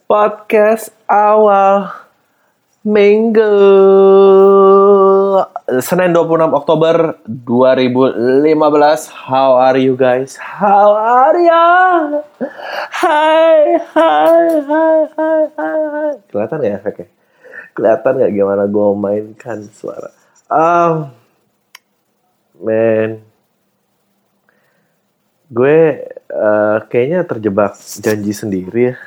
Podcast awal minggu Senin 26 Oktober 2015. How are you guys? How are ya? Hai. Kelihatan gak efeknya? Kelihatan gak gimana gue mainkan suara? Gue kayaknya terjebak janji sendiri ya.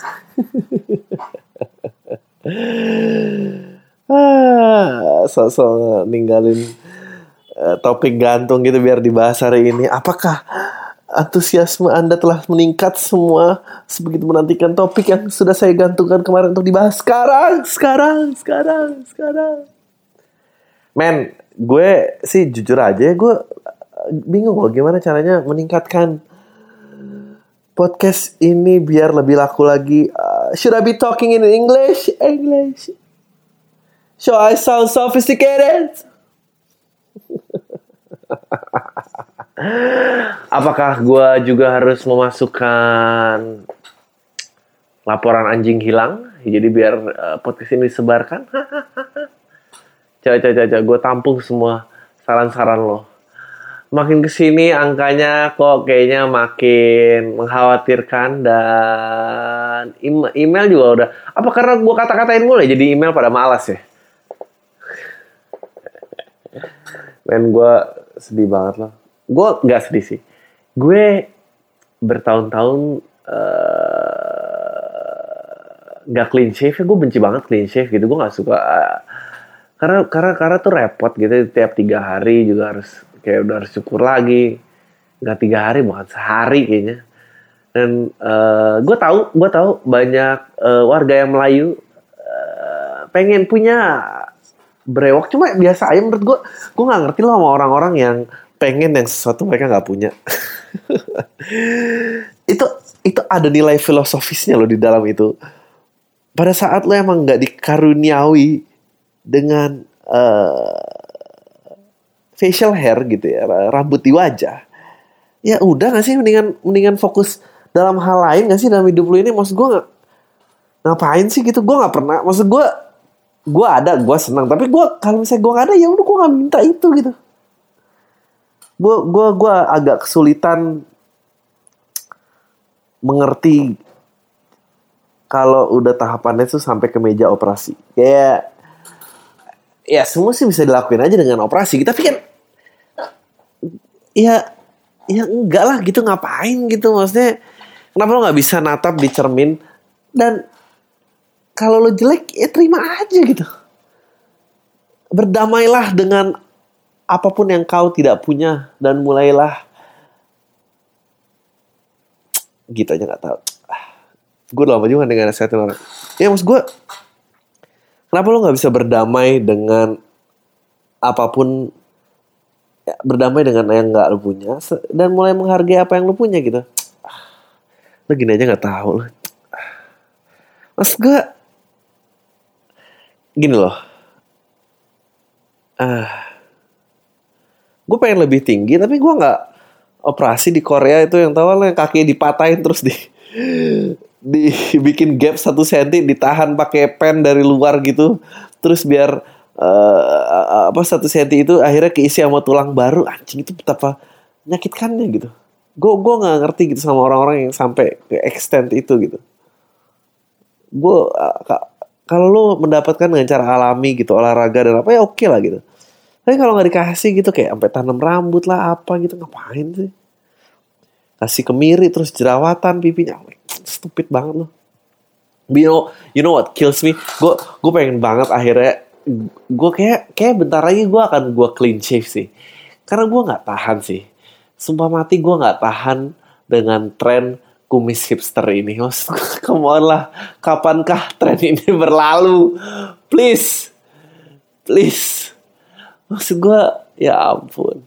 So ninggalin topik gantung gitu biar dibahas hari ini. Apakah antusiasme Anda telah meningkat semua sebegitu menantikan topik yang sudah saya gantungkan kemarin untuk dibahas sekarang. Men, gue sih jujur aja gue bingung loh gimana caranya meningkatkan podcast ini biar lebih laku lagi. Should I be talking in English? Should I sound sophisticated? Apakah gue juga harus memasukkan laporan anjing hilang? Jadi biar podcast ini disebarkan? Coba gue tampung semua saran-saran lo. Makin kesini angkanya kok kayaknya makin mengkhawatirkan. Dan email juga udah. Apa karena gue kata-katain mulai jadi email pada malas ya? Men, gue sedih banget loh. Gue gak sedih sih. Gue bertahun-tahun gak clean shave. Gue benci banget clean shave gitu. Gue gak suka. Karena tuh repot gitu. Tiap 3 hari juga harus kayak udah harus syukur lagi. Gak 3 hari, bukan sehari kayaknya. Dan gue tahu banyak warga yang Melayu pengen punya brewok. Cuma biasa aja menurut gue gak ngerti loh sama orang-orang yang pengen yang sesuatu mereka gak punya. itu ada nilai filosofisnya loh di dalam itu. Pada saat lo emang gak dikaruniawi dengan facial hair gitu ya, rambut di wajah, ya udah nggak sih mendingan fokus dalam hal lain nggak sih dalam hidup lu ini. Maksud gue nggak ngapain sih gitu. Gue nggak pernah, maksud gue gue senang, tapi gue kalau misalnya gue nggak ada ya udah gue nggak minta itu gitu. Gue agak kesulitan mengerti kalau udah tahapannya tuh sampai ke meja operasi. Kayak ya semua sih bisa dilakuin aja dengan operasi gitu, tapi kan ya enggak lah gitu, ngapain gitu. Maksudnya kenapa lo gak bisa natap di cermin dan kalau lo jelek ya terima aja gitu. Berdamailah dengan apapun yang kau tidak punya dan mulailah gitu aja. Gak tahu, gue lama juga dengan nasihatin orang. Ya maksud gue, kenapa lo gak bisa berdamai dengan apapun, ya, berdamai dengan yang gak lo punya dan mulai menghargai apa yang lo punya gitu. Lo gini aja gak tahu lo. Maksud gue gini loh, gue pengen lebih tinggi tapi gue gak operasi di Korea itu yang tahu lo, yang kakinya dipatahin terus dibikin gap 1 cm, ditahan pakai pen dari luar gitu, terus biar 1 cm itu akhirnya keisi sama tulang baru. Anjing, itu betapa menyakitkannya gitu. Gue nggak ngerti gitu sama orang-orang yang sampai ke extent itu gitu. Gue kalau lo mendapatkan dengan cara alami gitu, olahraga dan apa, ya oke lah gitu. Tapi kalau nggak dikasih gitu, kayak sampai tanam rambut lah apa gitu, ngapain sih? Kasih kemiri terus jerawatan pipinya, stupid banget loh. You know what kills me? Gue pengen banget akhirnya gue kayak bentar lagi gue akan clean shave sih, karena gue nggak tahan sih, sumpah mati gue nggak tahan dengan tren kumis hipster ini. Maksud, come on lah, kapankah tren ini berlalu? Please, maksud gue ya ampun.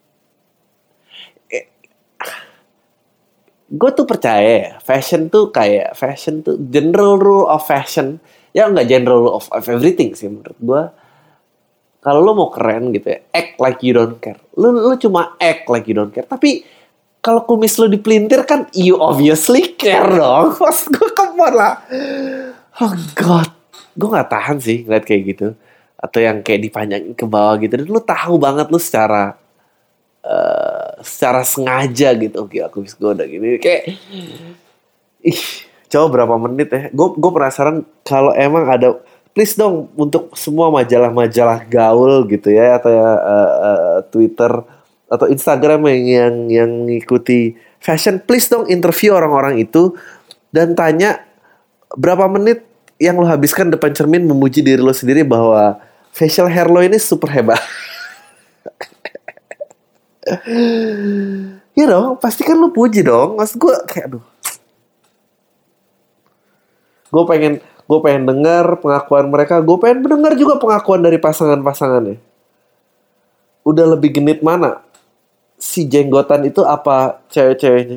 Gue tuh percaya fashion tuh general rule of fashion. Ya nggak general rule of everything sih menurut gue. Kalau lo mau keren gitu ya, act like you don't care. Lo cuma act like you don't care. Tapi kalau kumis lo dipelintir kan you obviously care dong. Mas gue kemana lah. Oh god, gue nggak tahan sih ngeliat kayak gitu. Atau yang kayak dipanjangin ke bawah gitu. Dan lu tahu banget lu secara sengaja gitu. Oke, kumis gue udah gini kayak coba berapa menit ya. Gue penasaran kalau emang ada, please dong untuk semua majalah-majalah gaul gitu ya, atau Twitter atau Instagram yang ngikuti fashion, please dong interview orang-orang itu dan tanya berapa menit yang lo habiskan depan cermin memuji diri lo sendiri bahwa facial hair lo ini super hebat. Ya dong, pasti kan lo puji dong. Maksud gue kayak aduh. Gue pengen dengar pengakuan mereka. Gue pengen mendengar juga pengakuan dari pasangan-pasangannya. Udah lebih genit mana? Si jenggotan itu apa cewek-ceweknya?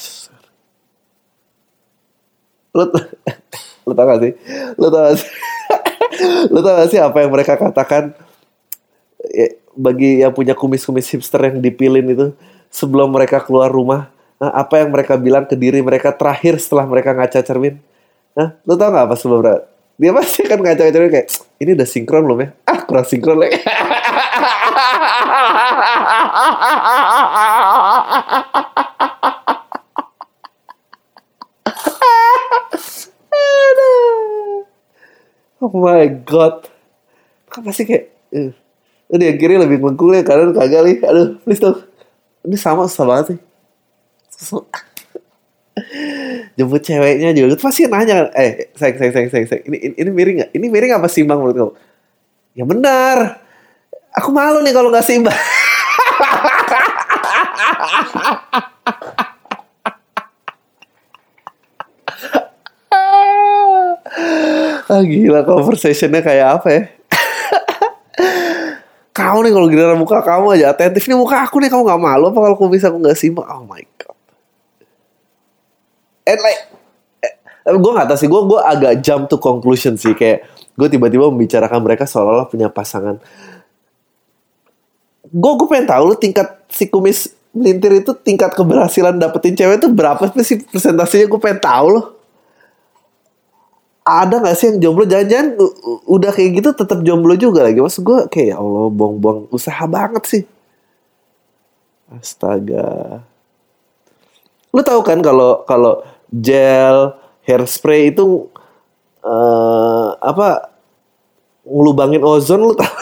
Lo tau gak sih? Lo tau gak sih apa yang mereka katakan bagi yang punya kumis-kumis hipster yang dipilin itu sebelum mereka keluar rumah? Apa yang mereka bilang ke diri mereka terakhir setelah mereka ngaca cermin? Lo tau gak apa sebelum dia pasti kan ngaca cermin kayak ini udah sinkron belum ya? Kurang sinkron lagi. Oh my god. Kan pasti kayak udah yang kiri lebih mengkul ya, kanan kagak nih. Aduh please dong. Ini susah banget sih. Jemput ceweknya juga itu pasti nanya sayang. Ini miring gak? Ini miring apa seimbang menurut kamu? Ya benar. Aku malu nih kalau gak seimbang. Gila conversationnya kayak apa ya? Kamu nih kalau giliran muka kamu aja atentif, nih muka aku nih kamu gak malu apa kalau aku bisa aku gak seimbang? Oh my god. And like gue gak tahu sih, gue agak jump to conclusion sih. Kayak gue tiba-tiba membicarakan mereka seolah-olah punya pasangan. Gue pengen tahu lu tingkat si kumis melintir itu, tingkat keberhasilan dapetin cewek itu berapa sih persentasenya? Gue pengen tahu loh. Ada gak sih yang jomblo? Jangan-jangan udah kayak gitu tetap jomblo juga lagi. Maksud gue kayak ya Allah, buang-buang usaha banget sih. Astaga. Lu tahu kan kalau gel hairspray itu ngelubangin ozon, lu tahu?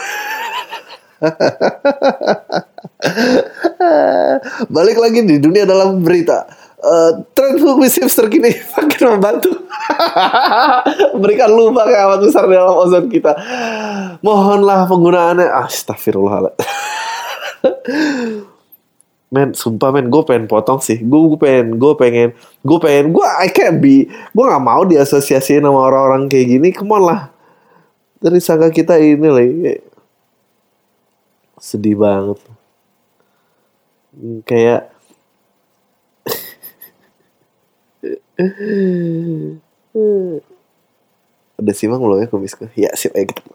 Balik lagi di dunia dalam berita. Tren kumis hipster kini makin membantu memberikan lubang yang amat besar dalam ozon kita. Mohonlah penggunaannya. Astagfirullahaladzim. Men, sumpah men, gue pengen potong sih. Gue gak mau diasosiasiin sama orang-orang kayak gini. Come on lah. Dari sangka kita ini lagi sedih banget. Kayak udah simak belum ya kumisku? Ya sip aja kita.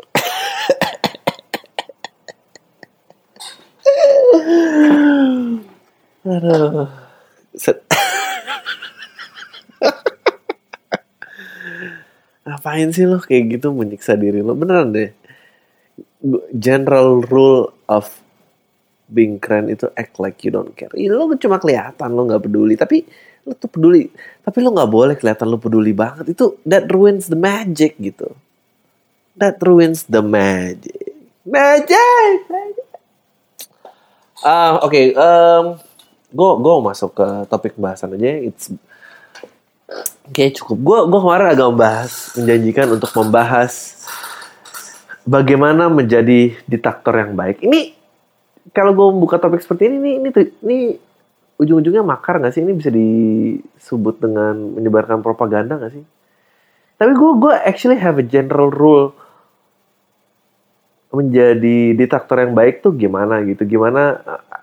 Aduh. Ngapain sih lo kayak gitu menyiksa diri lo? Beneran deh. General rule of being keren itu act like you don't care. Lo cuma kelihatan lo nggak peduli, tapi lo tuh peduli. Tapi lo nggak boleh kelihatan lo peduli banget. Itu that ruins the magic gitu. That ruins the magic. Oke. Gue masuk ke topik pembahasan aja. Kayak cukup. Gue kemarin agak menjanjikan untuk membahas bagaimana menjadi diktator yang baik. Ini kalau gue membuka topik seperti ini ujung-ujungnya makar nggak sih? Ini bisa disebut dengan menyebarkan propaganda nggak sih? Tapi gue actually have a general rule menjadi diktator yang baik tuh gimana gitu? Gimana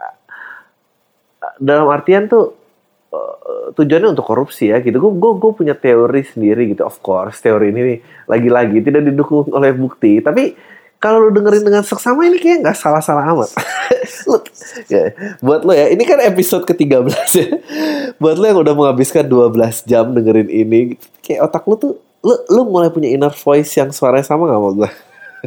dalam artian tuh tujuannya untuk korupsi ya gitu. Gue punya teori sendiri gitu. Of course teori ini lagi-lagi tidak didukung oleh bukti. Tapi kalau lu dengerin dengan seksama ini kayak nggak salah-salah amat. Lu, ya, buat lo ya, ini kan episode ke-13 ya. Buat lo yang udah menghabiskan 12 jam dengerin ini, kayak otak lu tuh, lu mulai punya inner voice yang suaranya sama gak sama gue?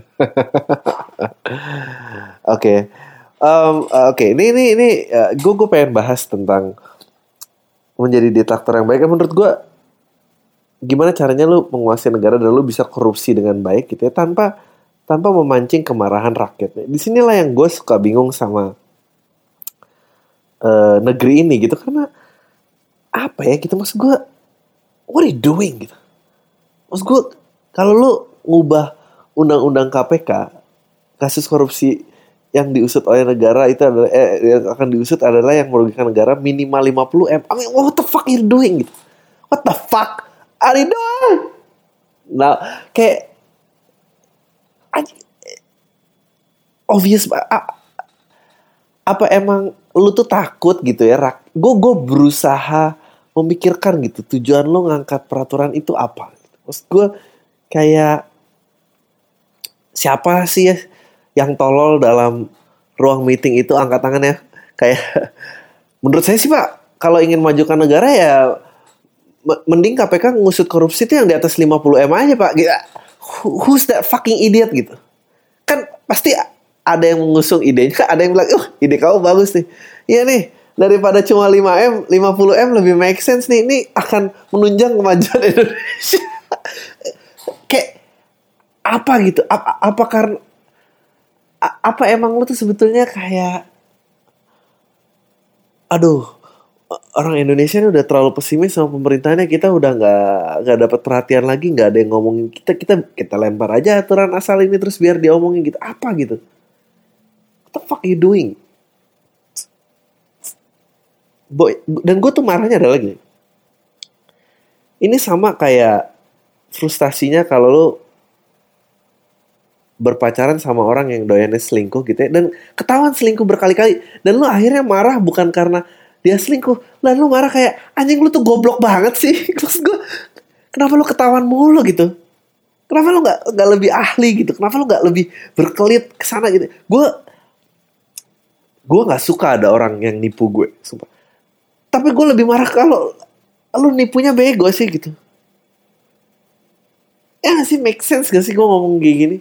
Oke. Oke, ini gue pengen bahas tentang menjadi diktator yang baik. Menurut gue, gimana caranya lu menguasai negara dan lu bisa korupsi dengan baik gitu ya, tanpa memancing kemarahan rakyatnya. Disinilah yang gue suka bingung sama negeri ini gitu, karena apa ya gitu, maksud gue, what are you doing gitu? Maksud gue, kalau lu ngubah undang-undang KPK, kasus korupsi yang diusut oleh negara itu adalah yang akan diusut adalah yang merugikan negara minimal 50 M. I mean, what the fuck are you doing gitu? What the fuck are you doing? Nah, kayak obvious. Apa emang lu tuh takut gitu ya? Gue berusaha memikirkan gitu, tujuan lu ngangkat peraturan itu apa? Maksud gue kayak, siapa sih ya yang tolol dalam ruang meeting itu, angkat tangannya. Kayak menurut saya sih Pak, kalau ingin majukan negara ya mending KPK ngusut korupsi itu yang di atas 50 M aja Pak. Who's that fucking idiot gitu? Kan pasti ada yang mengusung idenya, ada yang bilang, ide kamu bagus nih. Iya nih, daripada cuma 5 M, 50 M lebih make sense nih. Ini akan menunjang kemajuan Indonesia. Kayak apa gitu? Apa karena apa emang lu tuh sebetulnya kayak, aduh, orang Indonesia ini udah terlalu pesimis sama pemerintahnya, kita udah nggak dapat perhatian lagi, nggak ada yang ngomongin kita lempar aja aturan asal ini terus biar diomongin gitu, apa gitu? What the fuck are you doing? Boy, dan gue tuh marahnya ada lagi. Ini sama kayak frustasinya kalau lu berpacaran sama orang yang doyannya selingkuh gitu ya, dan ketahuan selingkuh berkali-kali, dan lu akhirnya marah bukan karena dia selingkuh, dan lu marah kayak, anjing lu tuh goblok banget sih. Terus gue, kenapa lu ketahuan mulu gitu? Kenapa lu nggak lebih ahli gitu? Kenapa lu nggak lebih berkelit kesana gitu? Gue nggak suka ada orang yang nipu gue, sumpah. Tapi gue lebih marah kalau lu nipunya bego sih gitu. Ya gak sih, make sense gak sih gue ngomong kayak gini?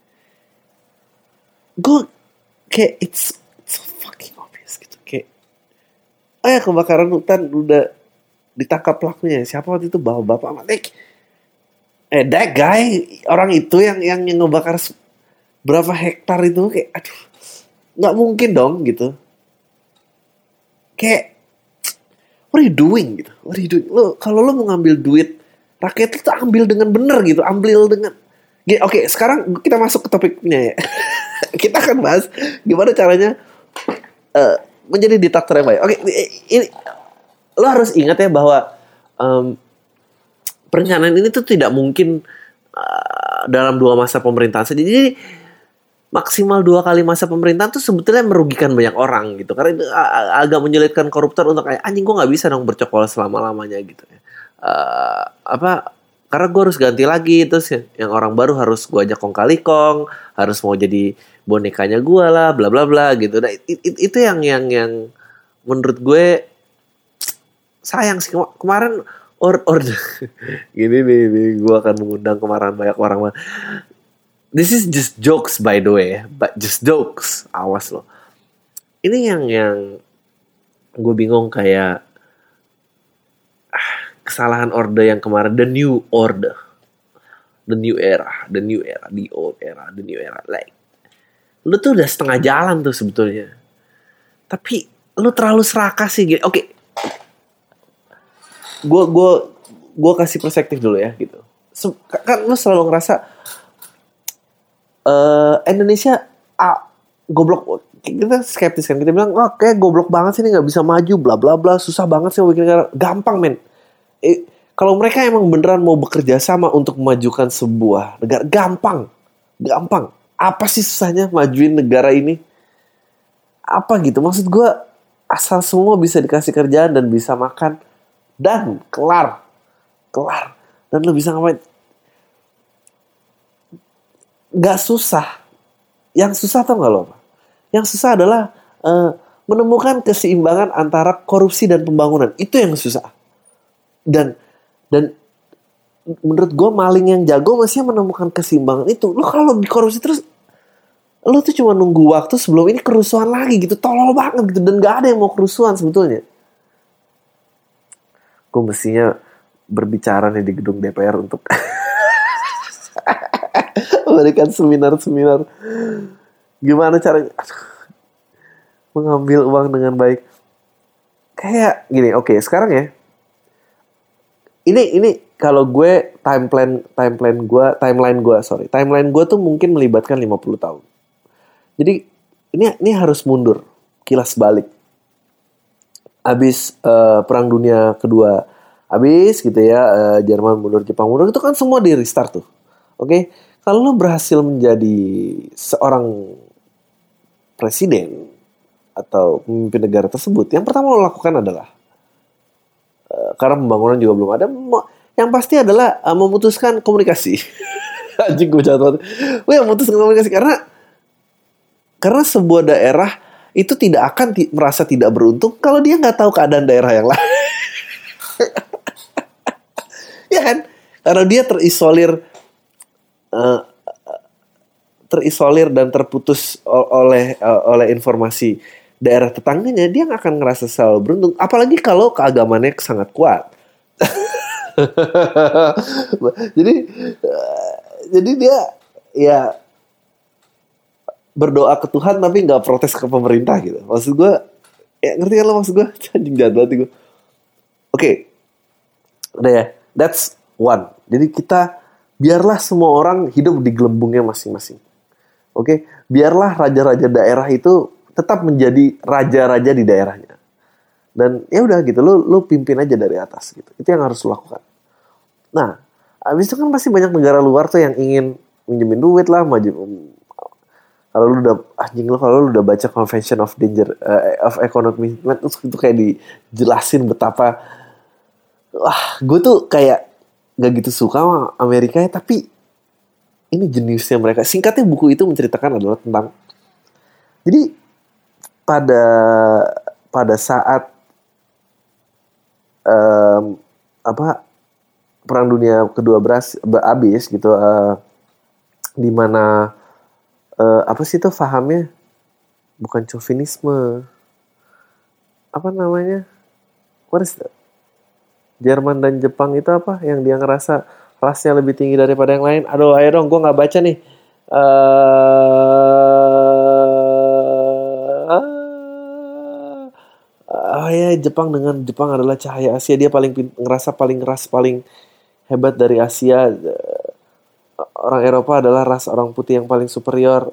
Gue kayak it's so fucking obvious gitu, kayak kebakaran hutan udah ditangkap pelakunya, siapa waktu itu, bapak like, that guy, orang itu yang ngebakar berapa hektar itu, kayak aduh, nggak mungkin dong gitu. Kayak what are you doing gitu? What are you doing? Kalau lo mau ngambil duit rakyat itu ambil dengan benar gitu, ambil dengan. Oke, sekarang kita masuk ke topiknya ya. Kita akan bahas gimana caranya menjadi diktator yang baik. Oke, ini lo harus ingat ya bahwa perencanaan ini tuh tidak mungkin dalam 2 masa pemerintahan saja. Jadi maksimal 2 kali masa pemerintahan tuh sebetulnya merugikan banyak orang gitu, karena itu agak menyulitkan koruptor untuk kayak, anjing gue nggak bisa dong bercokol selama-lamanya gitu ya. Karena gue harus ganti lagi, terus yang orang baru harus gue ajak kong kali kong, harus mau jadi bonekanya gue lah, bla bla bla gitu. Nah, itu yang menurut gue sayang sih. Kemarin order gini nih, gue akan mengundang kemarahan banyak orang. This is just jokes by the way, but just jokes, awas loh. Ini yang gue bingung, kayak kesalahan orde yang kemarin, the new order, the new era, the old era, the new era. Like, lu tuh udah setengah jalan tuh sebetulnya, tapi lu terlalu serakah sih. Oke, gue kasih perspektif dulu ya gitu. Kan lu selalu ngerasa Indonesia goblok. Kita skeptis kan, kita bilang, kayak goblok banget sih, ini nggak bisa maju, bla bla bla, susah banget sih bikin negara. Gampang men. Kalau mereka emang beneran mau bekerja sama untuk memajukan sebuah negara, gampang. Apa sih susahnya majuin negara ini? Apa gitu? Maksud gue, asal semua bisa dikasih kerjaan dan bisa makan, dan kelar. Dan lo bisa ngapain? Gak susah. Yang susah tau gak lo apa? Yang susah adalah menemukan keseimbangan antara korupsi dan pembangunan. Itu yang susah. Dan menurut gue maling yang jago masih menemukan keseimbangan itu. Lo kalau korupsi terus, lo tuh cuma nunggu waktu sebelum ini kerusuhan lagi gitu. Tolol banget gitu. Dan gak ada yang mau kerusuhan sebetulnya. Gue mestinya berbicara nih di gedung DPR untuk memberikan seminar-seminar gimana caranya mengambil uang dengan baik. Kayak gini, oke, sekarang ya. Ini kalau gue timeline gue tuh mungkin melibatkan 50 tahun. Jadi ini harus mundur, kilas balik. Habis Perang Dunia Kedua habis gitu ya, Jerman mundur, Jepang mundur, itu kan semua di restart tuh. Oke, kalau lo berhasil menjadi seorang presiden atau pemimpin negara tersebut, yang pertama lo lakukan adalah karena pembangunan juga belum ada, yang pasti adalah memutuskan komunikasi. Anjing gue jatuh. Gue memutuskan komunikasi karena sebuah daerah itu tidak akan merasa tidak beruntung kalau dia nggak tahu keadaan daerah yang lain. Ya kan? Karena dia terisolir dan terputus oleh informasi daerah tetangganya, dia nggak akan ngerasa selalu beruntung. Apalagi kalau keagamannya sangat kuat. jadi dia ya berdoa ke Tuhan tapi nggak protes ke pemerintah gitu. Maksud gue, ya ngerti kan lo maksud gue? Anjing jahat banget gue. Oke. Udah ya. That's one. Jadi kita biarlah semua orang hidup di gelembungnya masing-masing. Oke, biarlah raja-raja daerah itu tetap menjadi raja-raja di daerahnya. Dan ya udah gitu, lo pimpin aja dari atas gitu. Itu yang harus lo lakukan. Nah, abis itu kan pasti banyak negara luar tuh yang ingin minjemin duit lah, kalau lu udah baca Convention of Economic Movement itu kayak dijelasin betapa gue tuh kayak gak gitu suka sama Amerika ya, tapi ini jeniusnya mereka. Singkatnya buku itu menceritakan adalah tentang, jadi pada saat Perang Dunia Kedua habis gitu, di mana apa sih itu fahamnya, bukan chauvinisme, apa namanya, what is that? Jerman dan Jepang itu apa yang dia ngerasa rasnya lebih tinggi daripada yang lain. Aduh, ayo dong, gue nggak baca nih. Jepang adalah cahaya Asia. Dia ngerasa paling keras, paling hebat dari Asia. Orang Eropa adalah ras orang putih yang paling superior.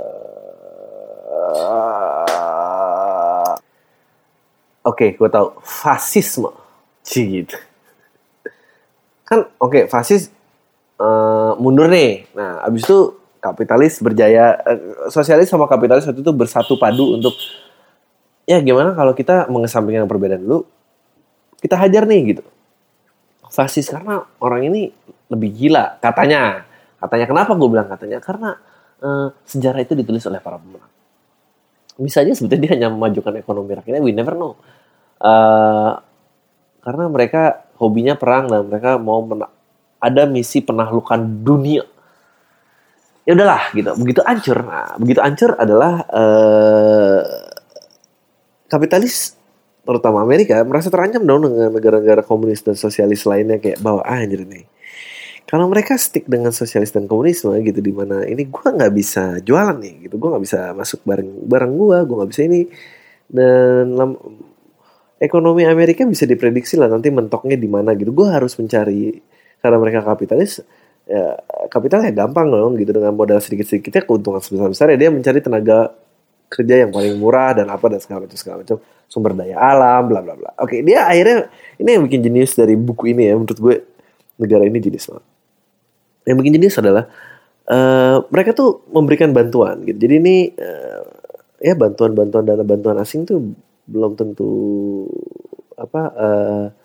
Oke, gue tahu. Fasisme. Gitu. Kan fasis mundur nih. Nah, abis itu kapitalis berjaya. Sosialis sama kapitalis waktu itu bersatu padu untuk, ya gimana kalau kita mengesampingkan perbedaan dulu, kita hajar nih gitu. Fasis karena orang ini lebih gila katanya. Kenapa gue bilang katanya? Karena sejarah itu ditulis oleh para pemenang. Bisa aja sebetulnya dia hanya memajukan ekonomi rakyatnya, we never know. Karena mereka hobinya perang dan mereka mau ada misi penaklukan dunia. Ya udahlah gitu. Begitu hancur adalah kapitalis, terutama Amerika, merasa terancam dong dengan negara-negara komunis dan sosialis lainnya, kayak bahwa anjir nih. Kalau mereka stick dengan sosialis dan komunisme gitu, di mana ini gue nggak bisa jualan nih gitu, gue nggak bisa masuk barang gue nggak bisa ini, dan ekonomi Amerika bisa diprediksi lah nanti mentoknya di mana gitu. Gue harus mencari, karena mereka kapitalis, ya kapitalnya gampang dong gitu, dengan modal sedikit-sedikitnya keuntungan sebesar-besar ya dia mencari tenaga kerja yang paling murah dan apa dan segala macam sumber daya alam bla bla bla. Oke, dia akhirnya ini yang bikin jenius dari buku ini ya, menurut gue negara ini jenius banget. Yang bikin jenius adalah mereka tuh memberikan bantuan gitu. Jadi ini ya bantuan dana bantuan asing tuh belum tentu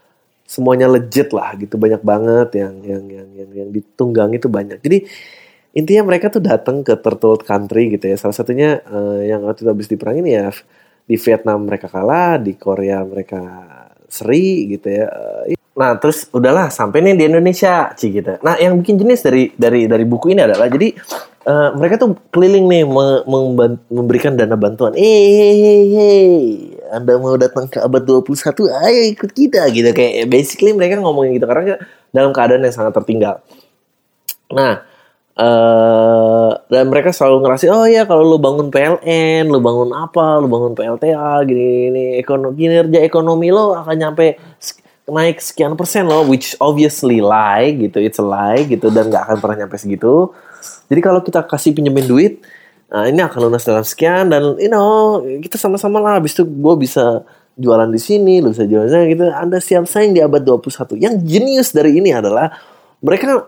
semuanya legit lah gitu, banyak banget yang ditunggang itu banyak. Jadi intinya mereka tuh datang ke third world country gitu ya. Salah satunya yang waktu itu habis diperangin ya di Vietnam mereka kalah, di Korea mereka seri gitu ya. Nah terus udahlah sampai nih di Indonesia gitu. Nah yang bikin jenis dari buku ini adalah jadi mereka tuh keliling nih memberikan dana bantuan. Hey, Anda mau datang ke abad 21, ayo ikut kita gitu. Kayak basically mereka ngomongin gitu karena dalam keadaan yang sangat tertinggal. Nah dan mereka selalu ngerasain, oh ya kalau lu bangun PLN, lu bangun apa, lu bangun PLTA gini, kinerja ekonomi lo akan nyampe naik sekian persen loh, which obviously lie gitu, it's a lie gitu, dan nggak akan pernah nyampe segitu. Jadi kalau kita kasih pinjemin duit, nah ini akan lunas dalam sekian, dan kita sama-sama lah, habis itu gue bisa jualan di sini, lu bisa jualan di sana gitu. Anda siap saing di abad 21. Yang jenius dari ini adalah mereka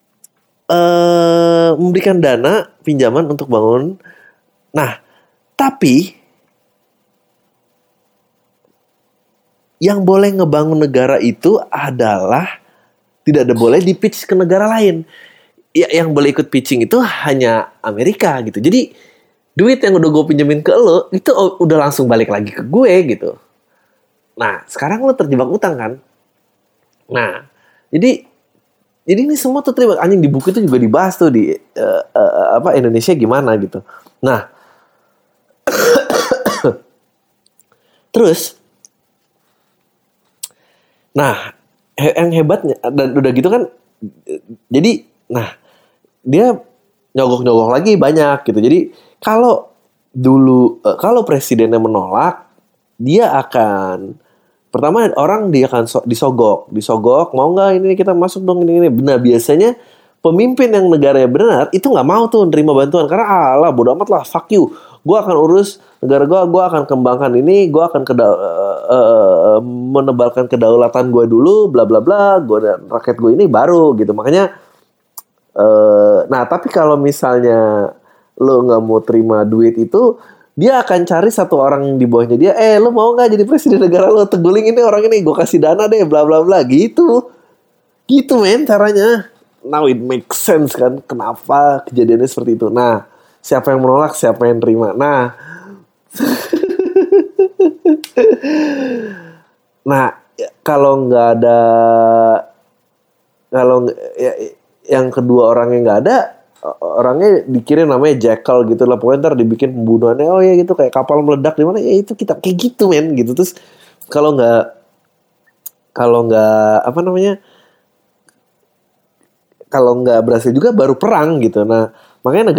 memberikan dana pinjaman untuk bangun. Nah, tapi yang boleh ngebangun negara itu adalah tidak ada boleh di pitch ke negara lain. Ya, yang boleh ikut pitching itu hanya Amerika gitu. Jadi duit yang udah gue pinjemin ke lo itu udah langsung balik lagi ke gue gitu. Nah, sekarang lo terjebak utang kan? Nah, jadi ini semua tuh terlibat anjing di buku itu juga dibahas tuh di Indonesia gimana gitu. Nah, terus, yang hebatnya dan udah gitu kan, jadi, dia nyogok lagi banyak gitu. Jadi kalau dulu kalau presidennya menolak, dia akan pertama orang dia akan disogok, mau nggak ini kita masuk dong ini. Benar biasanya pemimpin yang negaranya benar itu nggak mau tuh nerima bantuan karena bodo amat lah, fuck you, gue akan urus negara gue akan kembangkan ini, gue akan menebalkan kedaulatan gue dulu, bla bla bla, gue dan rakyat gue ini baru gitu. Makanya tapi kalau misalnya lo nggak mau terima duit itu, dia akan cari satu orang di bawahnya dia, lo mau nggak jadi presiden negara lo, teguling ini orang ini, gue kasih dana deh, bla bla bla gitu men caranya. Now it makes sense kan kenapa kejadiannya seperti itu. Nah, siapa yang menolak, siapa yang terima. Nah kalau nggak ada, yang kedua orangnya nggak ada, orangnya dikirim namanya Jackal gitu lah, pokoknya ntar dibikin pembunuhannya, oh ya gitu kayak kapal meledak di mana ya, itu kita kayak gitu men gitu. Terus kalau nggak berhasil juga baru perang gitu. Nah makanya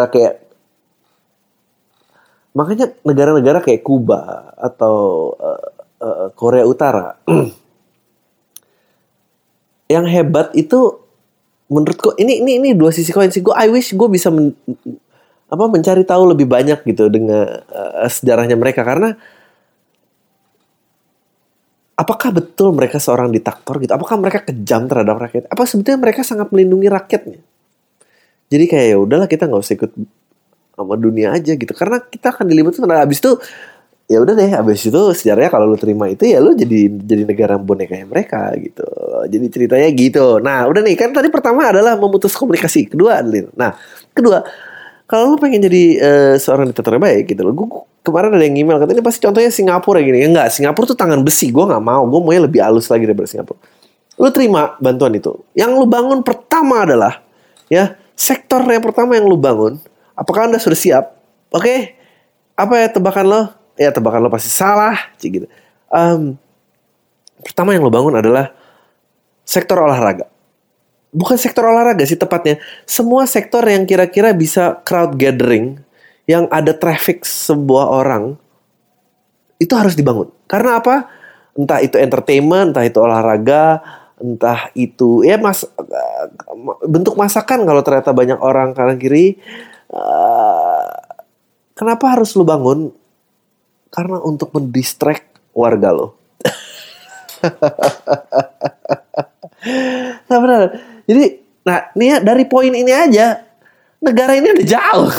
negara-negara kayak Kuba atau Korea Utara yang hebat itu menurutku ini dua sisi koin sih. I wish gue bisa mencari tahu lebih banyak gitu dengan sejarahnya mereka, karena apakah betul mereka seorang diktator gitu? Apakah mereka kejam terhadap rakyat? Apa sebetulnya mereka sangat melindungi rakyatnya? Jadi kayak ya udahlah, kita nggak usah ikut sama dunia aja gitu, karena kita akan dilibatkan. Nah, habis itu ya udah deh, habis itu sejarahnya kalau lu terima itu ya lu jadi negara boneka mereka gitu. Jadi ceritanya gitu. Nah udah nih kan, tadi pertama adalah memutus komunikasi, kedua kalau lu pengen jadi seorang diktator baik gitu loh. Gue kemarin ada yang email katanya pasti contohnya Singapura gini. Enggak, Singapura tuh tangan besi. Gue nggak mau, gue maunya lebih halus lagi daripada Singapura. Lu terima bantuan itu, yang lu bangun pertama adalah ya sektor yang pertama yang lu bangun. Apakah Anda sudah siap? Oke. Apa ya tebakan lo? Ya tebakan lo pasti salah, gitu. Pertama yang lo bangun adalah sektor olahraga. Bukan sektor olahraga sih tepatnya. Semua sektor yang kira-kira bisa crowd gathering, yang ada traffic sebuah orang, itu harus dibangun. Karena apa? Entah itu entertainment, entah itu olahraga, entah itu ya bentuk masakan kalau ternyata banyak orang kanan kiri. Kenapa harus lo bangun? Karena untuk mendistract warga lo. Nah benar. Jadi, nih ya, dari poin ini aja, negara ini udah jauh.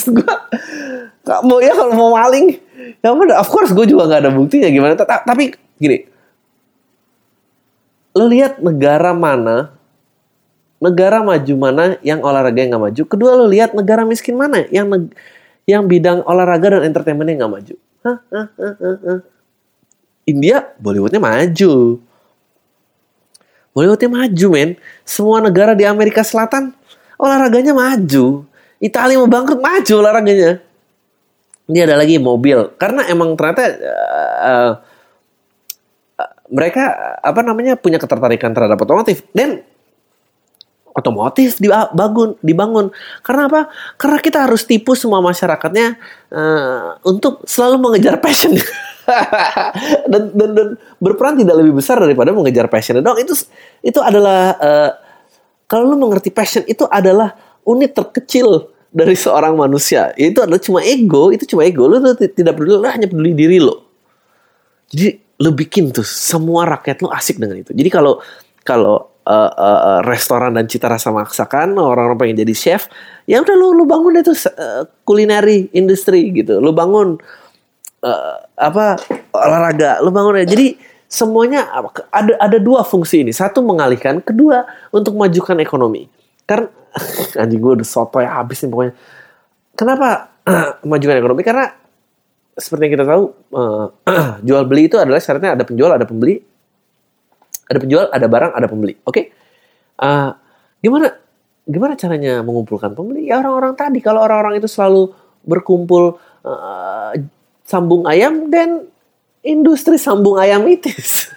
Kalau mau maling, ya of course gue juga nggak ada buktinya gimana. Tapi gini, lo lihat negara mana negara maju mana yang olahraga yang nggak maju. Kedua, lo lihat negara miskin mana yang bidang olahraga dan entertainmentnya nggak maju. India, Bollywoodnya maju. Bollywoodnya maju, men. Semua negara di Amerika Selatan olahraganya maju. Italia mau bangkrut, maju olahraganya. Ini ada lagi mobil. Karena emang ternyata mereka punya ketertarikan terhadap otomotif. Dan otomotif dibangun. Karena apa? Karena kita harus tipu semua masyarakatnya untuk selalu mengejar passion. dan berperan tidak lebih besar daripada mengejar passion dong. Itu adalah kalau lu mengerti passion, itu adalah unit terkecil dari seorang manusia. Itu adalah cuma ego. Lu tuh tidak peduli, lu hanya peduli diri lo. Jadi lu bikin tuh semua rakyat lu asik dengan itu. Jadi kalau restoran dan cita rasa maksakan, orang-orang pengen jadi chef, ya udah lu bangun deh tuh culinary industry gitu. Lu bangun olahraga, lu bangun deh. Jadi semuanya ada dua fungsi ini. Satu mengalihkan, kedua untuk memajukan ekonomi. Karena anjing gue udah sotoy habis nih pokoknya. Kenapa memajukan ekonomi? Karena seperti yang kita tahu, jual beli itu adalah syaratnya ada penjual, ada pembeli. Ada penjual, ada barang, ada pembeli. Oke? Gimana caranya mengumpulkan pembeli? Ya orang-orang tadi. Kalau orang-orang itu selalu berkumpul sambung ayam, dan industri sambung ayam itis.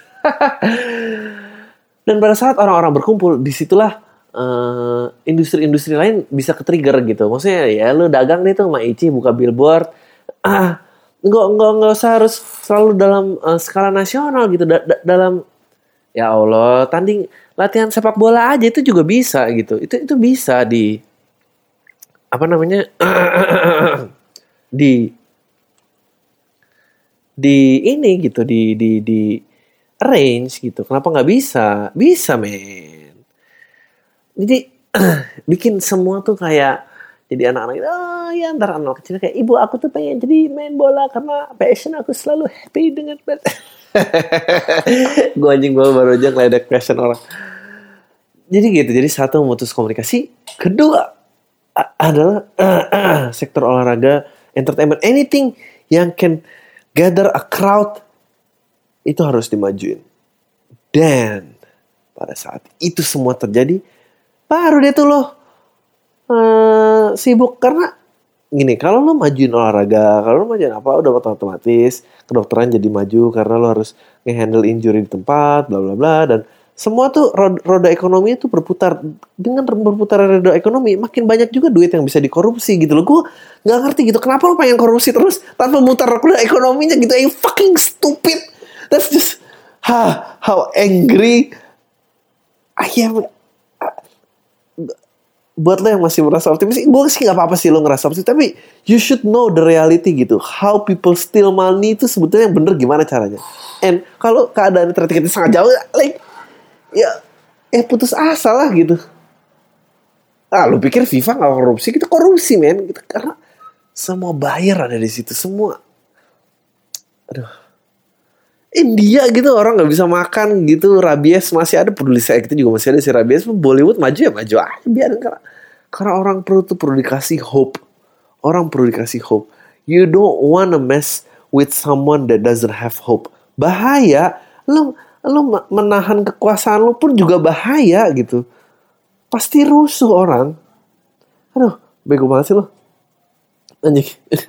Dan pada saat orang-orang berkumpul, disitulah industri-industri lain bisa ke-trigger gitu. Maksudnya ya lu dagang nih tuh sama Ici, buka billboard. Nggak usah harus selalu dalam skala nasional gitu. Dalam, ya Allah, latihan sepak bola aja itu juga bisa gitu. Itu bisa di di ini gitu, di arrange gitu. Kenapa nggak bisa? Bisa, men. Jadi bikin semua tuh kayak jadi anak-anak gitu. Oh ya, ntar anak kecil kayak, ibu aku tuh pengen jadi main bola karena passion aku selalu happy dengan gue anjing baru aja ngeledek passion orang. Jadi gitu. Jadi satu, memutus komunikasi. Kedua adalah sektor olahraga, entertainment, anything yang can gather a crowd, itu harus dimajuin. Dan pada saat itu semua terjadi, baru deh tuh lo sibuk. Karena gini, kalau lo majuin olahraga, kalau lo majuin apa, udah otomatis kedokteran jadi maju karena lo harus nge-handle injury di tempat, bla bla bla. Dan semua tuh roda ekonomi itu berputar. Dengan berputar roda ekonomi, makin banyak juga duit yang bisa dikorupsi gitu loh. Gue nggak ngerti gitu, kenapa lo pengen korupsi terus tanpa mutar roda ekonominya gitu? You fucking stupid. That's just how angry I am. Buat lo yang masih merasa optimis, gue sih gak apa-apa sih lo ngerasa optimis, tapi you should know the reality gitu. How people steal money itu sebetulnya yang bener gimana caranya. And kalau keadaan ternyata kita sangat jauh, like ya putus asa lah gitu. Lo pikir FIFA gak korupsi? Kita korupsi, men gitu. Karena semua buyer ada di situ, semua. Aduh, India gitu, orang gak bisa makan gitu, rabies masih ada, peduli saya gitu juga masih ada si rabies. Bollywood maju ya maju aja, biarin. Karena orang perlu dikasih hope. Orang perlu dikasih hope. You don't wanna mess with someone that doesn't have hope. Bahaya. Lo menahan kekuasaan lo pun juga bahaya gitu. Pasti rusuh orang. Aduh, bego banget sih lo. Anjing.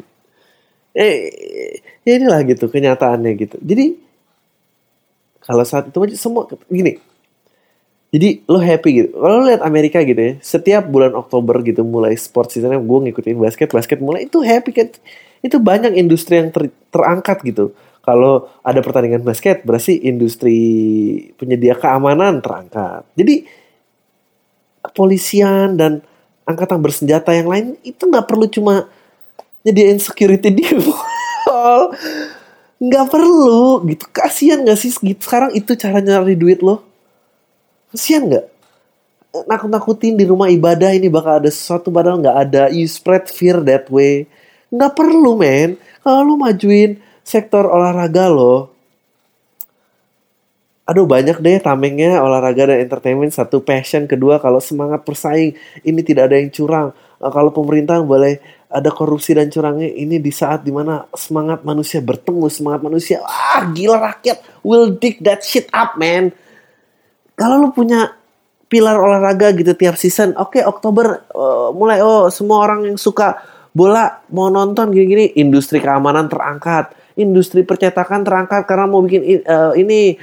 Ya inilah gitu kenyataannya gitu. Jadi kalau saat itu aja semua gini. Jadi lo happy gitu. Kalau lo lihat Amerika gitu ya, setiap bulan Oktober gitu mulai sports season, gue ngikutin basket mulai itu happy kan. Itu banyak industri yang terangkat gitu. Kalau ada pertandingan basket, berarti industri penyedia keamanan terangkat. Jadi kepolisian dan angkatan bersenjata yang lain itu nggak perlu cuma nyediain security di mall. Nggak perlu gitu. Kasian nggak sih gitu? Sekarang itu cara nyari duit lo. Kasian nggak? Nakut-nakutin di rumah ibadah ini bakal ada sesuatu padahal nggak ada. You spread fear that way. Nggak perlu, men. Kalau lo majuin sektor olahraga lo, Aduh banyak deh tamengnya olahraga dan entertainment. Satu passion, kedua kalau semangat bersaing ini tidak ada yang curang. Kalau pemerintah boleh ada korupsi dan curangnya ini di saat dimana semangat manusia bertemu semangat manusia. Gila rakyat will dig that shit up man. Kalau lu punya pilar olahraga gitu tiap season, oke, Oktober mulai semua orang yang suka bola mau nonton gini-gini, industri keamanan terangkat, industri percetakan terangkat karena mau bikin ini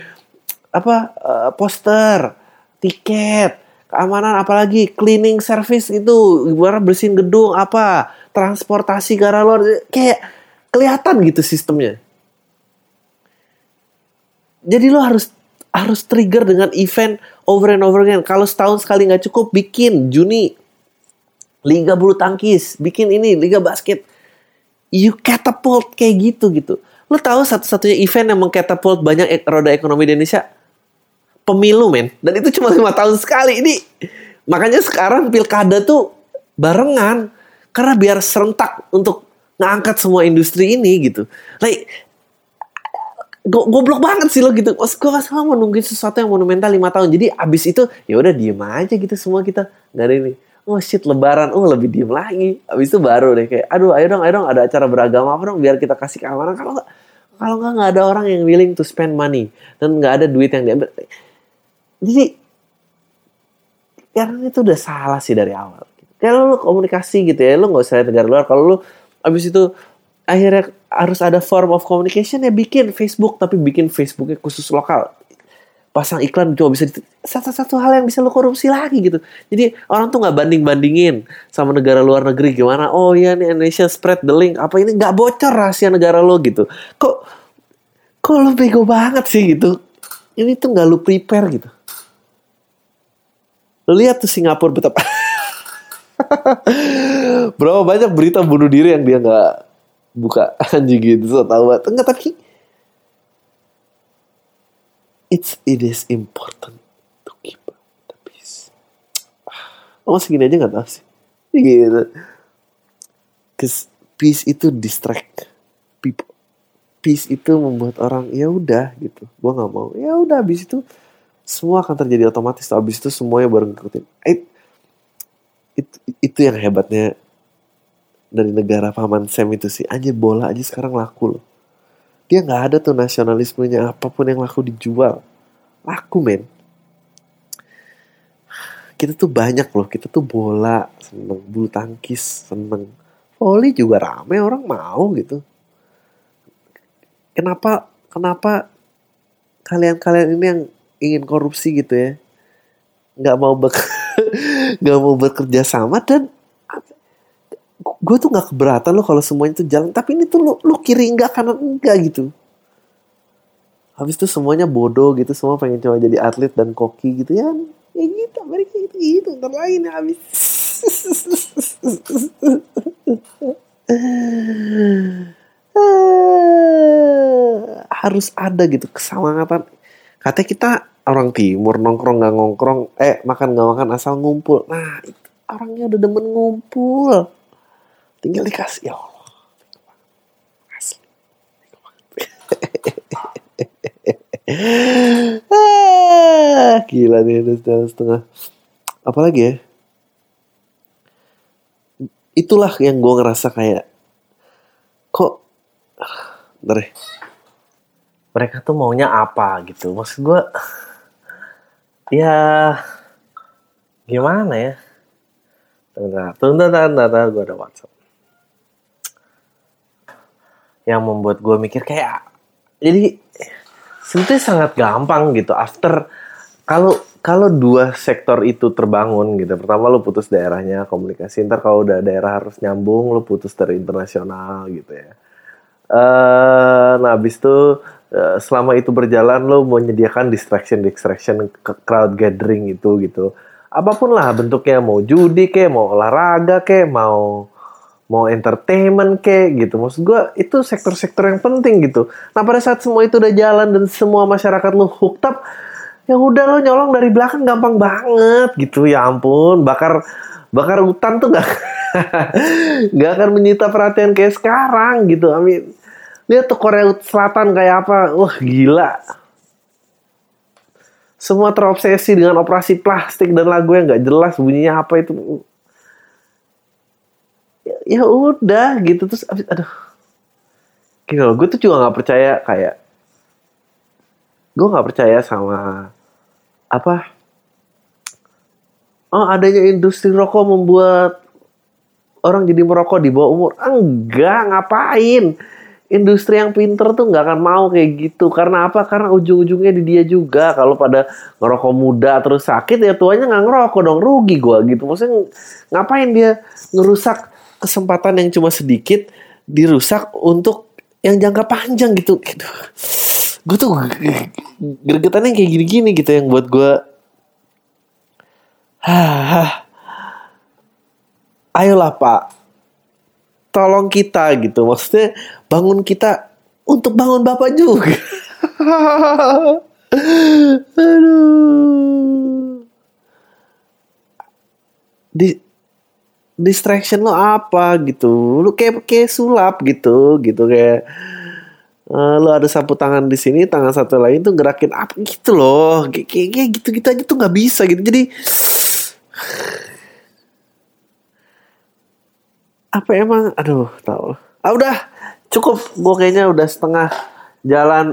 poster, tiket, keamanan, apalagi cleaning service itu, ibarat bersihin gedung, transportasi ke arah luar, kayak kelihatan gitu sistemnya. Jadi lo harus trigger dengan event over and over again. Kalau setahun sekali nggak cukup, bikin Juni Liga bulu tangkis, bikin ini Liga basket. You catapult kayak gitu. Lo tahu satu-satunya event yang mengcatapult banyak roda ekonomi di Indonesia? Pemilu men. Dan itu cuma 5 tahun sekali. Ini makanya sekarang pilkada tuh barengan. Karena biar serentak untuk ngangkat semua industri ini gitu. Like, goblok banget sih lo gitu. Gue kasih mau nungguin sesuatu yang monumental 5 tahun. Jadi abis itu ya udah diem aja gitu semua kita. Gak ada ini. Oh shit lebaran. Oh lebih diem lagi. Abis itu baru deh kayak ayo dong ada acara beragama apa dong biar kita kasih keamanan. Kalau nggak ada orang yang willing to spend money dan nggak ada duit yang diambil. Jadi karena itu udah salah sih dari awal. Kalau lu komunikasi gitu ya, lu nggak usah lihat negara luar. Kalau lu abis itu akhirnya harus ada form of communication ya bikin Facebook, tapi bikin Facebooknya khusus lokal. Pasang iklan coba bisa satu hal yang bisa lu korupsi lagi gitu. Jadi orang tuh nggak banding-bandingin sama negara luar negeri gimana. Oh iya nih Indonesia spread the link. Apa ini nggak bocor rahasia negara lo gitu. Kok lu bego banget sih gitu. Ini tuh nggak lu prepare gitu. Lu lihat tuh Singapura betapa berapa banyak berita bunuh diri yang dia nggak buka anjing gitu, so tahu banget. Enggak, tapi it is important to keep the peace. Segini aja nggak tahu sih gitu. Cause peace itu distract people. Peace itu membuat orang ya udah gitu. Gua nggak mau. Ya udah abis itu semua akan terjadi otomatis. Abis itu semuanya baru ngikutin. Itu yang hebatnya dari negara paman Sam itu sih. Anjir bola aja sekarang laku loh. Dia gak ada tuh nasionalismenya. Apapun yang laku dijual. Laku men. Kita tuh banyak loh. Kita tuh bola seneng. Bulu tangkis seneng. Voli juga rame. Orang mau gitu. Kenapa kalian ini yang ingin korupsi gitu ya, nggak mau bekerja sama. Dan gue tuh nggak keberatan lo kalau semuanya tuh jalan, tapi ini tuh lu kiri enggak kanan enggak gitu. Habis itu semuanya bodoh gitu, semua pengen cuma jadi atlet dan koki gitu ya gitu, mereka gitu ntar lain ya habis. Harus ada gitu kesemangatan. Katanya kita orang timur nongkrong gak nongkrong, makan gak makan asal ngumpul. Nah itu orangnya udah demen ngumpul, tinggal dikasih. Ya Allah asli gila nih udah setengah. Apalagi ya, itulah yang gue ngerasa kayak kok mereka tuh maunya apa gitu. Maksud gue ya gimana ya. Tunggu, gue ada WhatsApp yang membuat gue mikir kayak, jadi sebetulnya sangat gampang gitu. After kalau dua sektor itu terbangun gitu, pertama lu putus daerahnya komunikasi, ntar kalau udah daerah harus nyambung lu putus dari internasional gitu ya. Nah abis itu selama itu berjalan lo menyediakan distraction ke crowd gathering itu gitu. Apapun lah bentuknya, mau judi kek, mau olahraga kek, mau entertainment kek gitu. Maksud gue itu sektor-sektor yang penting gitu. Nah pada saat semua itu udah jalan dan semua masyarakat lo hooked up, yang udah lo nyolong dari belakang gampang banget gitu. Ya ampun, bakar hutan tuh nggak akan menyita perhatian kayak sekarang gitu. Lihat tuh Korea Selatan kayak apa. Wah gila. Semua terobsesi dengan operasi plastik dan lagu yang nggak jelas bunyinya apa itu. Ya udah gitu terus aduh. Gini loh, gue tuh juga nggak percaya kayak gue nggak percaya sama apa adanya industri rokok membuat orang jadi merokok di bawah umur. Enggak, ngapain? Industri yang pinter tuh nggak akan mau kayak gitu. Karena apa? Karena ujung-ujungnya di dia juga. Kalau pada ngerokok muda terus sakit ya tuanya nggak ngerokok dong. Rugi gue gitu. Maksudnya ngapain dia ngerusak kesempatan yang cuma sedikit dirusak untuk yang jangka panjang gitu. Gue tuh gregetannya kayak gini-gini gitu yang buat gue ayolah Pak, tolong kita gitu. Maksudnya bangun kita untuk bangun Bapak juga. Aduh. Distraction lo apa gitu? Lu kayak sulap gitu kayak lo ada sapu tangan di sini, tangan satu lain tuh gerakin apa gitu loh. Kayak gitu-gitu aja tuh nggak bisa gitu. Jadi apa emang tahu udah cukup, gue kayaknya udah setengah jalan.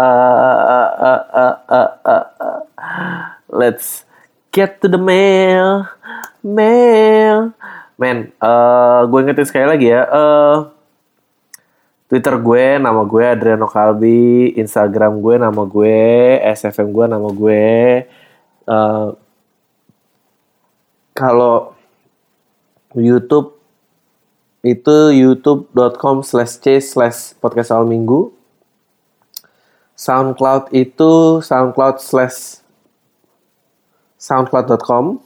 Let's get to the mail man. Gue ingetin sekali lagi ya, Twitter gue nama gue Adriano Kalbi, Instagram gue nama gue, SFM gue nama gue. Kalau YouTube itu youtube.com/c/podcast awal minggu. SoundCloud itu soundcloud.com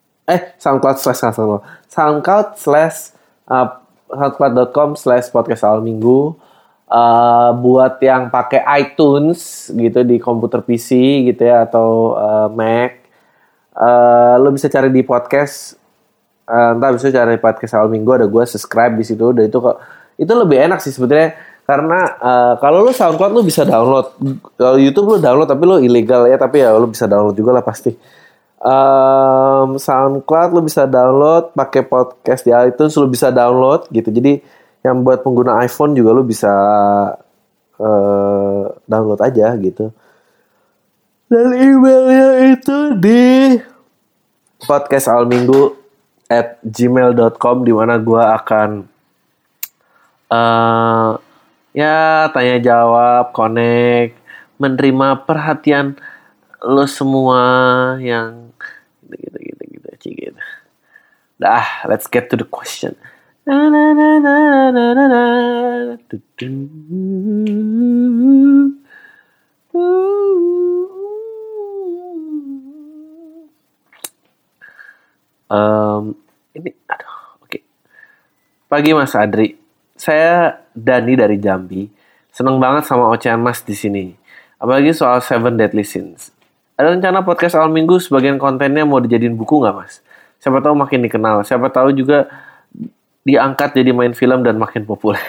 soundcloud.com/podcast awal minggu. Buat yang pakai iTunes gitu di komputer PC gitu ya atau Mac, lo bisa cari di podcast. Entah bisa cari podcast awal minggu, ada gue subscribe di situ. Dan itu lebih enak sih sebetulnya karena kalau lo SoundCloud lo bisa download, kalau YouTube lo download tapi lo ilegal ya, tapi ya lo bisa download juga lah pasti. SoundCloud lo bisa download, pakai podcast di iTunes lo bisa download gitu. Jadi yang buat pengguna iPhone juga lo bisa download aja gitu. Dan emailnya itu di podcastawalminggu@gmail.com, di mana gue akan ya tanya jawab, connect, menerima perhatian lo semua yang gitu. Dah, let's get to the question. Ini oke. Pagi Mas Adri. Saya Dani dari Jambi. Seneng banget sama ocehan Mas di sini. Apalagi soal Seven Deadly Sins. Ada rencana podcast awal minggu sebagian kontennya mau dijadiin buku nggak Mas? Siapa tahu makin dikenal. Siapa tahu juga diangkat jadi main film dan makin populer.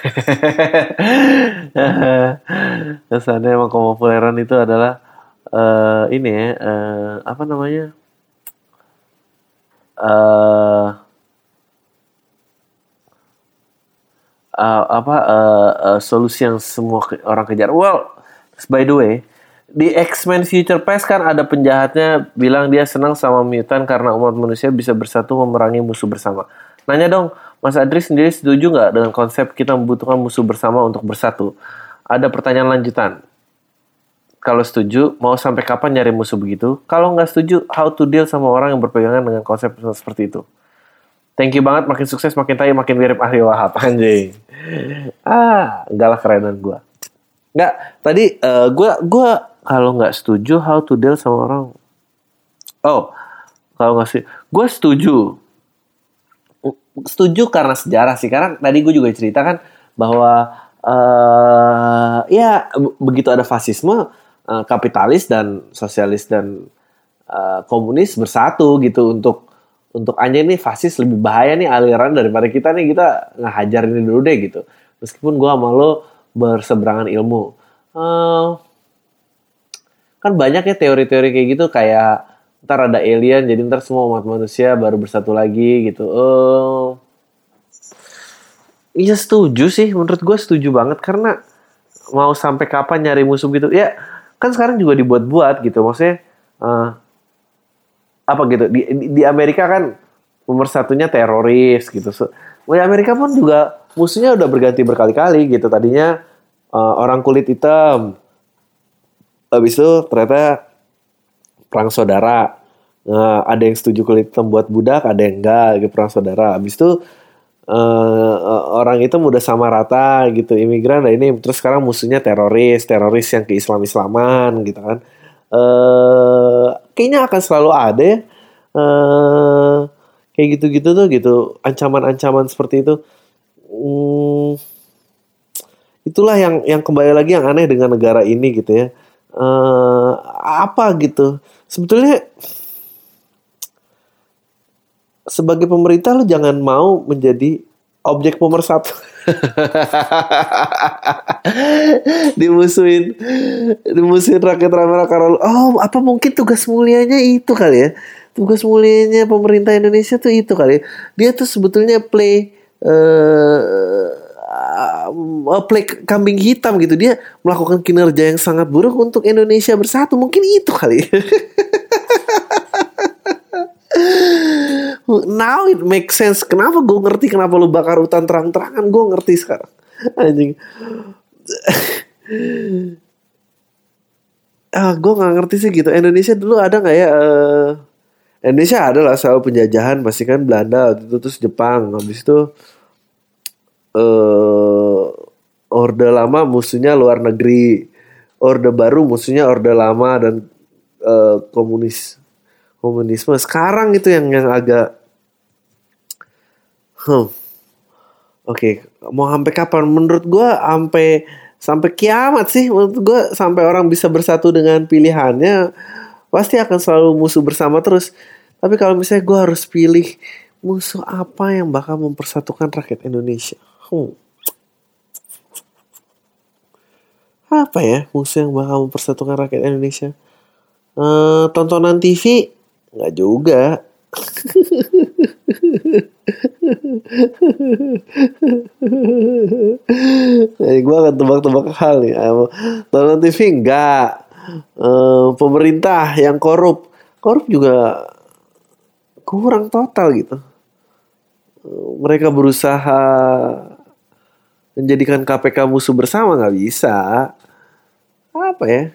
Kesannya emang kepopuleran itu adalah ini ya, apa namanya? Solusi yang semua orang kejar. Well, by the way, di X-Men Future Past kan ada penjahatnya bilang dia senang sama mutant karena umat manusia bisa bersatu memerangi musuh bersama. Nanya dong, Mas Adri sendiri setuju nggak dengan konsep kita membutuhkan musuh bersama untuk bersatu? Ada pertanyaan lanjutan. Kalau setuju, mau sampai kapan nyari musuh begitu? Kalau nggak setuju, how to deal sama orang yang berpegangan dengan konsep seperti itu? Thank you banget, makin sukses, makin tai, makin mirip Ahli Wahab. Anjing. Enggak lah, kerenan gue. Nggak, tadi gue kalau nggak setuju, how to deal sama orang. Kalau nggak sih, gue setuju. Setuju karena sejarah sih. Karena tadi gue juga cerita kan bahwa ya begitu ada fasisme, kapitalis dan sosialis dan komunis bersatu gitu untuk anjay nih fasis lebih bahaya nih aliran daripada kita ngehajar ini dulu deh gitu. Meskipun gue sama lo berseberangan ilmu. Kan banyak ya teori-teori kayak gitu, kayak ntar ada alien jadi ntar semua umat manusia baru bersatu lagi gitu. Iya setuju sih, menurut gue setuju banget karena mau sampai kapan nyari musuh gitu ya, kan sekarang juga dibuat-buat gitu, maksudnya eh, apa gitu di Amerika kan pemersatunya teroris gitu. Di Amerika pun juga musuhnya udah berganti berkali-kali gitu, tadinya orang kulit hitam, habis itu ternyata perang saudara. Nah, ada yang setuju kulit hitam buat budak, ada yang enggak gitu, perang saudara. Habis itu orang itu udah sama rata gitu, imigran. Nah ini terus sekarang musuhnya teroris, teroris yang ke Islam-Islaman gitu kan. Kayaknya akan selalu ada ya. Kayak gitu-gitu tuh gitu, ancaman-ancaman seperti itu. Hmm, itulah yang kembali lagi yang aneh dengan negara ini gitu ya. Apa gitu? Sebetulnya sebagai pemerintah lu jangan mau menjadi objek pemersatu. dimusuhin dimusuhin rakyat ramai karena apa mungkin tugas mulianya itu kali ya, tugas mulianya pemerintah Indonesia tuh itu kali ya. Dia tuh sebetulnya play kambing hitam gitu, dia melakukan kinerja yang sangat buruk untuk Indonesia bersatu, mungkin itu kali. Now it makes sense. Kenapa gue ngerti kenapa lu bakar hutan terang-terangan. Gue ngerti sekarang. Anjing. Gue gak ngerti sih gitu. Indonesia dulu ada gak ya? Indonesia ada lah soal penjajahan. Pasti kan Belanda itu, terus Jepang. Habis itu Orde Lama musuhnya luar negeri. Orde Baru musuhnya Orde Lama dan komunisme. Sekarang itu yang agak Oke, mau sampai kapan? Menurut gue sampai kiamat sih. Menurut gue sampai orang bisa bersatu dengan pilihannya, pasti akan selalu musuh bersama terus. Tapi kalau misalnya gue harus pilih musuh apa yang bakal mempersatukan rakyat Indonesia, apa ya musuh yang bakal mempersatukan rakyat Indonesia? Tontonan TV? Nggak juga. Jadi gue akan tebak-tebak hal nih. Tonton TV enggak. Pemerintah yang korup juga kurang total gitu. Mereka berusaha menjadikan KPK musuh bersama, nggak bisa. Apa ya?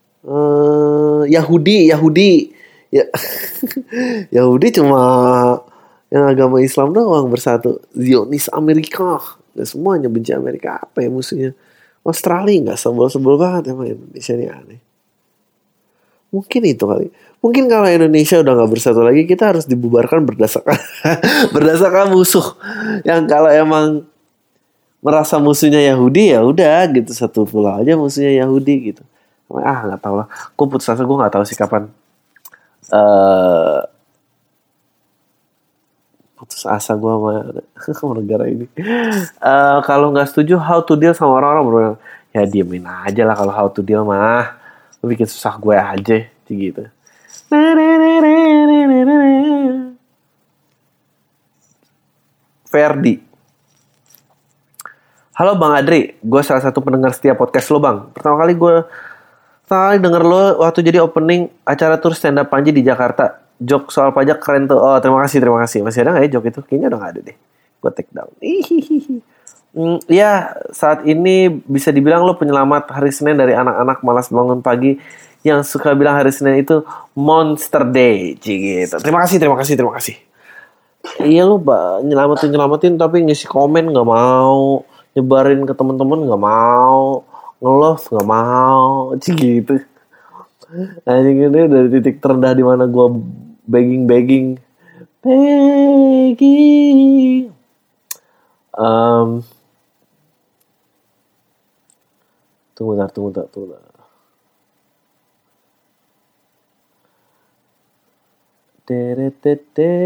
Yahudi ya. Yahudi cuma yang agama Islam doang bersatu. Zionis Amerika, nggak semuanya benci Amerika. Apa ya musuhnya? Australia nggak sebel-sebel banget emang Indonesia ini aneh. Mungkin itu kali. Mungkin kalau Indonesia udah nggak bersatu lagi, kita harus dibubarkan berdasarkan berdasarkan musuh. Yang kalau emang merasa musuhnya Yahudi ya udah gitu, satu pulau aja musuhnya Yahudi gitu. Nggak tahu lah. Gue putus asa, gue nggak tahu sih kapan. Putus asa gue sama negara ini. Kalau nggak setuju how to deal sama orang-orang bro, ya diemin aja lah. Kalau how to deal mah lu bikin susah gue aja gitu. Ferdi, halo Bang Adri, gue salah satu pendengar setia podcast lo Bang. Pertama kali denger lo waktu jadi opening acara tur stand up Panji di Jakarta. Joke soal pajak keren tuh. Oh terima kasih. Masih ada gak ya joke itu? Kayaknya udah gak ada deh. Gue take down. Ya saat ini bisa dibilang lo penyelamat hari Senin dari anak-anak malas bangun pagi yang suka bilang hari Senin itu Monster Day gitu. Terima kasih. Iya lo nyelamatin tapi ngisi komen gak mau, nyebarin ke temen-temen gak mau, nge-love gak mau, gitu. Anjing ini dari titik terendah di mana gue begging. Tunggu bentar. Teretete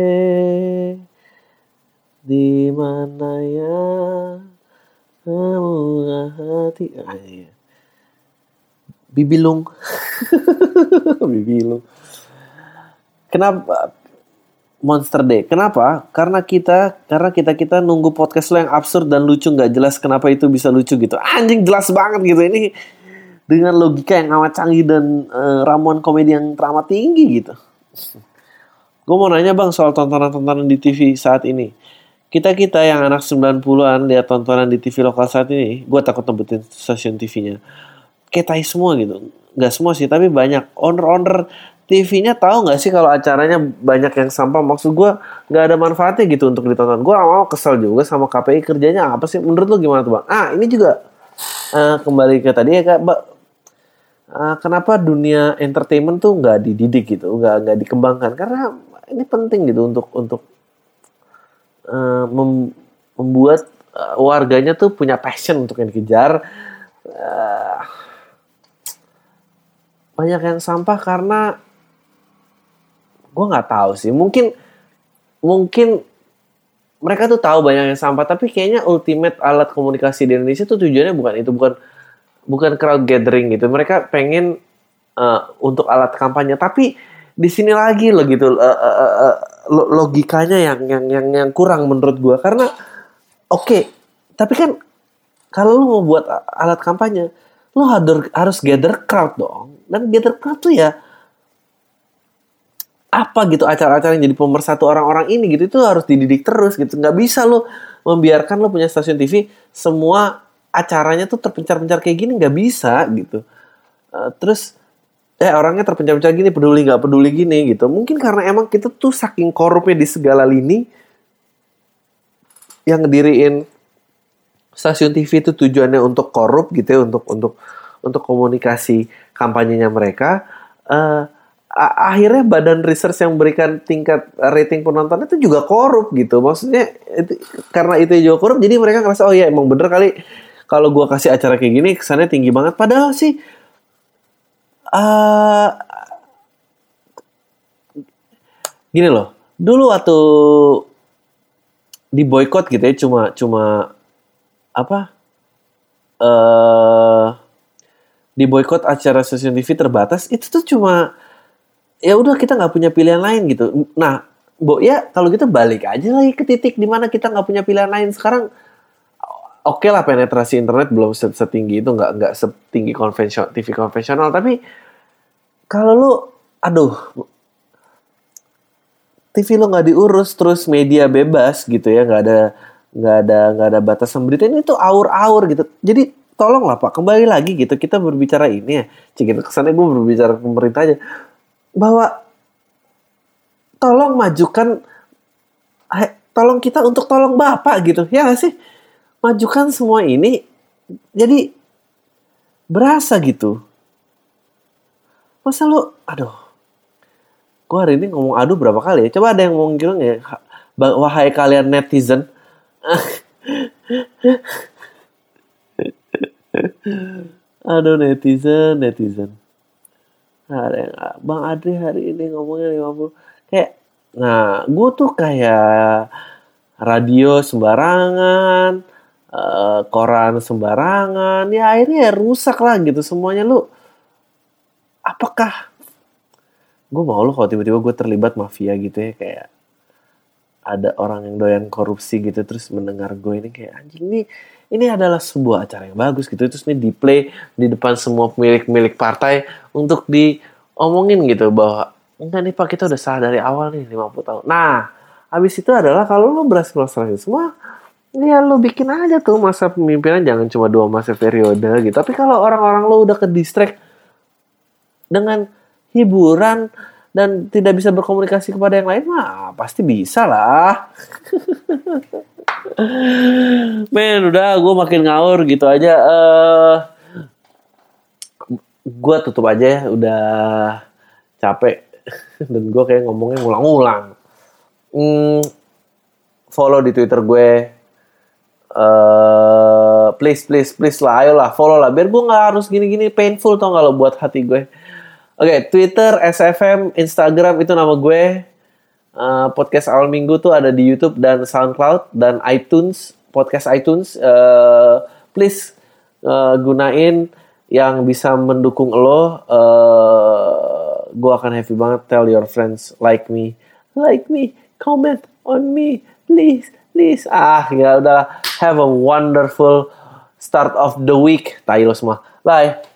di mana ya kamu hati. Bibilung. Bibi lu. Kenapa Monster Day? Kenapa? Karena kita nunggu podcast lo yang absurd dan lucu, nggak jelas kenapa itu bisa lucu gitu. Anjing jelas banget gitu ini dengan logika yang amat canggih dan ramuan komedi yang teramat tinggi gitu. Gue mau nanya bang soal tontonan-tontonan di TV saat ini. Kita yang anak 90-an lihat tontonan di TV lokal saat ini, gue takut nebutin stasiun TV-nya. Kayak tai semua gitu. Gak semua sih, tapi banyak. Owner TV-nya tahu gak sih kalau acaranya banyak yang sampah? Maksud gue gak ada manfaatnya gitu untuk ditonton. Gue lama-lama kesel juga sama KPI, kerjanya apa sih? Menurut lu gimana tuh bang? Ini juga kembali ke tadi ya kak. Kenapa dunia entertainment tuh gak dididik gitu, gak dikembangkan? Karena ini penting gitu untuk membuat warganya tuh punya passion untuk yang dikejar. Banyak yang sampah karena gue nggak tahu sih. Mungkin mereka tuh tahu banyak yang sampah, tapi kayaknya ultimate alat komunikasi di Indonesia tuh tujuannya bukan itu, bukan crowd gathering gitu. Mereka pengen untuk alat kampanye, tapi di sini lagi loh gitu logikanya yang kurang menurut gue. Karena oke, tapi kan kalau lu mau buat alat kampanye, lu harus gather crowd dong. Dan gather crowd tuh ya apa gitu, acara-acara yang jadi pemersatu orang-orang ini gitu, itu harus dididik terus gitu. Nggak bisa lu membiarkan lu punya stasiun TV semua acaranya tuh terpencar-pencar kayak gini, nggak bisa gitu. Terus orangnya terpencar-pencar gini, peduli nggak peduli gini gitu. Mungkin karena emang kita tuh saking korupnya di segala lini, yang ngediriin stasiun TV itu tujuannya untuk korup gitu ya, untuk komunikasi kampanyenya mereka. Akhirnya badan research yang memberikan tingkat rating penonton itu juga korup gitu. Maksudnya karena itu juga korup, jadi mereka ngerasa oh ya emang bener kali kalau gue kasih acara kayak gini kesannya tinggi banget. Padahal sih gini loh, dulu waktu di boykot gitu ya, cuma apa? Di boykot acara stasiun TV terbatas, itu tuh cuma ya udah kita nggak punya pilihan lain gitu. Nah, ya kalau gitu balik aja lagi ke titik di mana kita nggak punya pilihan lain. Sekarang oke lah, penetrasi internet belum setinggi itu, nggak setinggi TV konvensional, tapi kalau lu TV lo nggak diurus, terus media bebas gitu ya, nggak ada batasan berita, ini tuh aur gitu. Jadi tolonglah Pak, kembali lagi gitu, kita berbicara ini ya, gitu kesannya gue berbicara pemerintah aja, bahwa tolong majukan, tolong kita untuk tolong Bapak gitu, ya nggak sih, majukan semua ini, jadi berasa gitu. Masa lo, gue hari ini ngomong aduh berapa kali ya? Coba ada yang mau ngilang ya? Wahai kalian netizen. Aduh netizen. Ada yang, Bang Adri hari ini ngomongnya 50. Kayak, nah gue tuh kayak radio sembarangan, koran sembarangan. Ya akhirnya rusak lah gitu semuanya. Lu, apakah gue mau lo kalau tiba-tiba gue terlibat mafia gitu ya, kayak ada orang yang doyan korupsi gitu, terus mendengar gue ini kayak anjing, ini adalah sebuah acara yang bagus gitu, terus ini di play di depan semua pemilik partai untuk diomongin gitu bahwa enggak nih Pak, kita udah salah dari awal nih 50 tahun. Nah habis itu adalah kalau lo berhasil melaksanakan semua, ya lo bikin aja tuh masa pemimpinan jangan cuma 2 masa periode gitu. Tapi kalau orang-orang lo udah ke distract dengan hiburan dan tidak bisa berkomunikasi kepada yang lain, mah pasti bisa lah. Men, udah gue makin ngawur gitu aja. Gue tutup aja ya, udah capek. Dan gue kayak ngomongnya ngulang-ngulang. Follow di Twitter gue. Please lah, ayolah follow lah. Biar gue gak harus gini-gini painful tau gak lo buat hati gue. Oke, Twitter, SFM, Instagram itu nama gue. Podcast awal minggu tuh ada di YouTube dan SoundCloud dan iTunes, podcast iTunes. Please gunain yang bisa mendukung lo, gue akan happy banget. Tell your friends like me, comment on me, please. Ya udah, have a wonderful start of the week. Tai lo semua, bye.